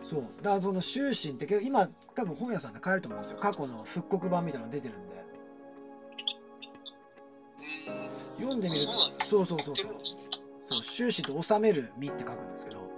そう。だからその終身って結構今多分本屋さんで買えると思うんですよ。過去の復刻版みたいなの出てるんで。読んでみると、 そうなんですね。 そうそうそうそう。そう、終身と治める身って書くんですけど。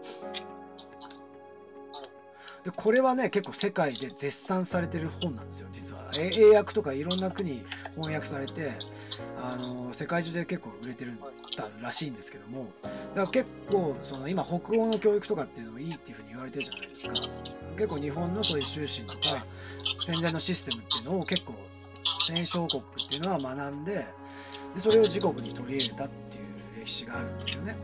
で、これはね、結構世界で絶賛されてる本なんですよ、実は。英訳とかいろんな国に翻訳されて、世界中で結構売れてるらしいんですけども、だから結構、その今、北欧の教育とかっていうのもいいっていうふうに言われてるじゃないですか。結構日本のそういう修身とか、戦前のシステムっていうのを結構、戦勝国っていうのは学んで、それを自国に取り入れたっていう歴史があるんですよね。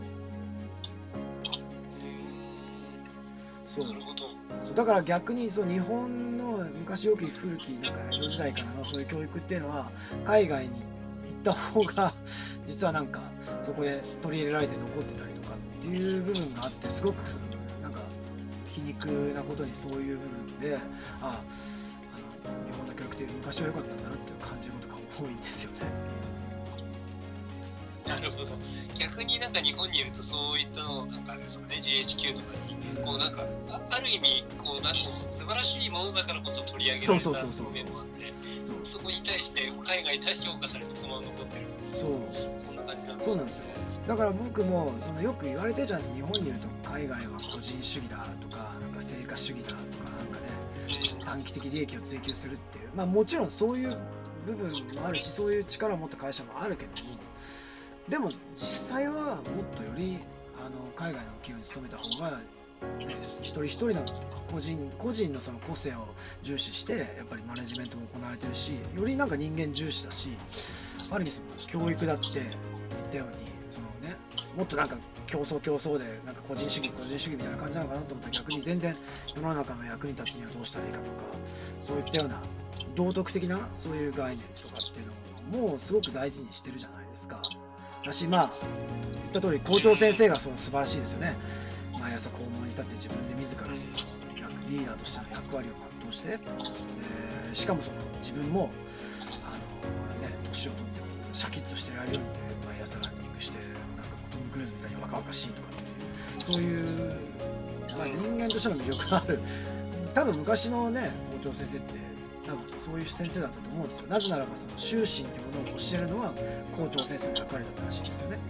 そう。そうだから逆にそう日本の昔よき古きなんか江戸時代からのそういう教育っていうのは海外に行った方が実はなんかそこで取り入れられて残ってたりとかっていう部分があってすごくなんか皮肉なことにそういう部分で日本の教育って昔は良かったんだなっていう感じることが多いんですよね。 なるほど。逆になんか日本にいるとそういったのなんかあれですかね、GHQ とかにこうなんかある意味こうなんていうの素晴らしいものだからこそ取り上げられた側面もあって、そこに対して海外で評価されてそのまま残ってる。そんな感じなんですよ。 そうなんですよ。だから僕もそのよく言われてるじゃないですか。日本にいると海外は個人主義だとか、なんか成果主義だとか、なんかね、短期的利益を追求するっていう。まあもちろんそういう部分もあるし、そういう力を持った会社もあるけども、でも実際はもっとより海外の企業に勤めた方が、ね、一人一人の個人のその個性を重視してやっぱりマネジメントも行われてるし、よりなんか人間重視だし、ある意味その教育だって言ったようにそのね、もっとなんか競争でなんか個人主義みたいな感じなのかなと思ったら、逆に全然世の中の役に立つにはどうしたらいいかとか、そういったような道徳的なそういう概念とかっていうのもすごく大事にしてるじゃないですか。だし、まあ言った通り校長先生がその素晴らしいですよね。毎朝校門に立って自分で自らそのリーダーとしての役割を全うして、しかもその自分も年を取ってシャキッとしてられるんで毎朝ランニングしてなんかトム・クルーズみたいに若々しいとかっていうそういう、まあ、人間としての魅力がある多分昔のね校長先生って多分そういう先生だったと思うんですよ。なぜならばその終身っていうものを教えるのは校長先生の役割だったらしいんですよね。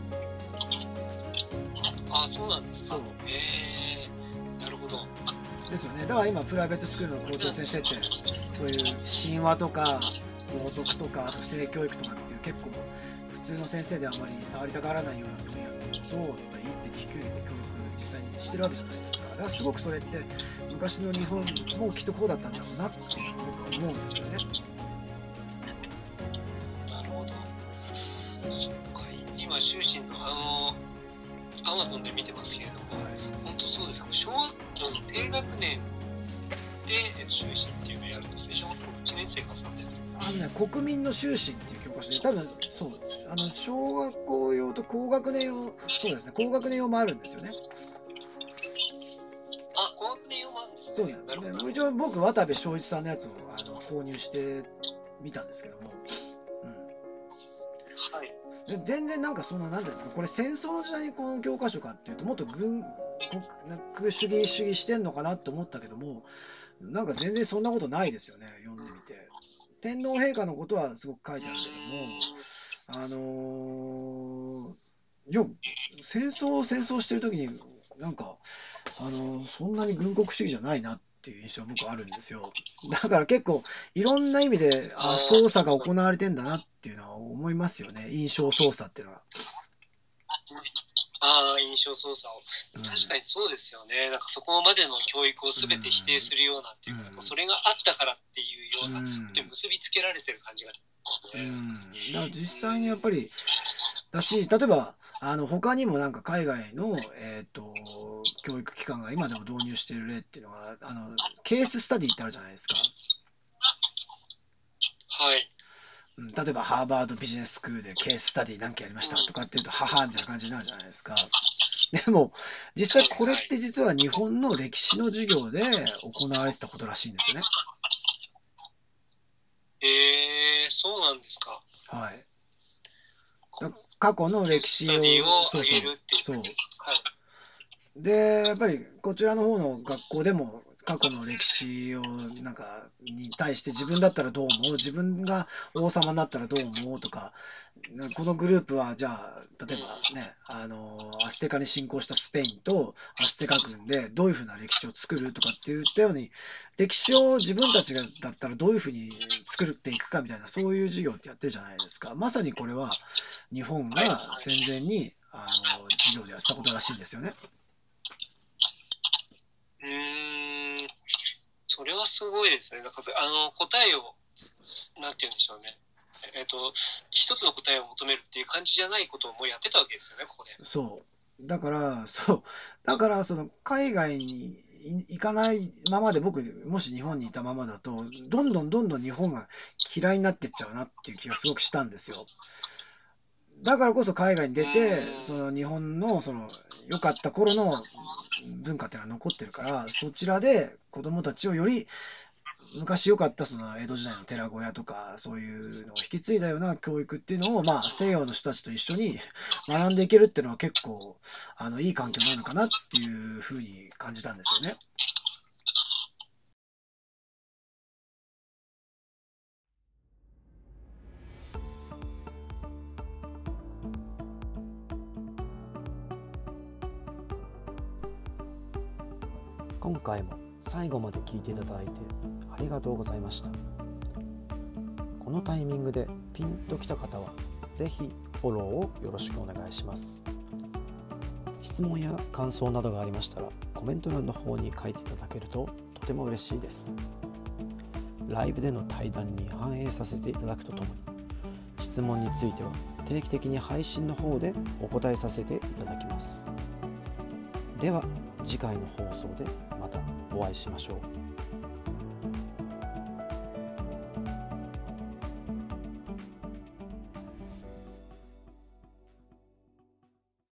あ、そうなんですか。なるほど。 ですよね。だから今プライベートスクールの校長先生ってそういう神話とか道徳とかあと性教育とかっていう結構普通の先生であまり触りたがらないような分野のことをやっぱり一手に引き受けて教育実際にしてるわけじゃないですか。だからすごくそれって昔の日本もきっとこうだったんだろうなっていうのを僕は思うんですよね。 なるほど。そっか。今終身のアマゾンで見てますけれども、本当そうです。小学校低学年で終身っていうのをやるんですね。小学校1年生か3年生。 国民の終身っていう教科書で多分そう小学校用と高学年用そうですね高学年用もあるんですよね。 あ、高学年用もあるんですね。 そうなんですね。一応僕渡部正一さんのやつを購入してみたんですけども、 はい。 全然なんかそのなんていうんですか、これ戦争の時代にこの教科書かっていうともっと軍国主義してんのかなって思ったけども、なんか全然そんなことないですよね。読んでみて天皇陛下のことはすごく書いてあるけども、いや戦争してる時になんかそんなに軍国主義じゃないなっていう印象は僕はあるんですよ。だから結構いろんな意味で操作が行われてんだなっていうのは思いますよね。印象操作っていうのは。 印象操作を。確かにそうですよね。なんかそこまでの教育を全て否定するようなっていうか、それがあったからっていうような、で結びつけられてる感じがしますね。 だから実際にやっぱりだし、例えば他にもなんか海外の、教育機関が今でも導入している例っていうのはケーススタディってあるじゃないですか。 はい。 例えばハーバードビジネススクールでケーススタディ何件やりましたとかっていうと、ははみたいな感じになるじゃないですか。でも、実際これって実は日本の歴史の授業で行われてたことらしいんですよね。 そうなんですか。 はい。過去の歴史を、 スタディを上げるっていう。 そう。 はい。 で、やっぱりこちらの方の学校でも過去の歴史をに対して自分だったらどう思う、自分が王様になったらどう思うとか、このグループはじゃあ例えばね、アステカに侵攻したスペインとアステカ軍でどういうふうな歴史を作るとかって言ったように、歴史を自分たちがだったらどういうふうに作っていくかみたいな、そういう授業ってやってるじゃないですか。まさにこれは日本が戦前に授業でやってたことらしいんですよね。 それはすごいですね。答えを、なんて言うんでしょうね。一つの答えを求めるっていう感じじゃないことをもうやってたわけですよね、ここで。 だからその海外に行かないままで、僕、もし日本にいたままだと、どんどん日本が嫌いになってっちゃうなっていう気がすごくしたんですよ。だからこそ海外に出て、その日本のその良かった頃の文化っていうのは残ってるから、そちらで子供たちをより昔良かったその江戸時代の寺小屋とかそういうのを引き継いだような教育っていうのを、西洋の人たちと一緒に学んでいけるっていうのは結構いい環境なのかなっていうふうに感じたんですよね。 今回も最後まで聞いていただいてありがとうございました。このタイミングでピンときた方はぜひフォローをよろしくお願いします。質問や感想などがありましたらコメント欄の方に書いていただけるととても嬉しいです。ライブでの対談に反映させていただくとともに、質問については定期的に配信の方でお答えさせていただきます。では次回の放送でまたお会いしましょう。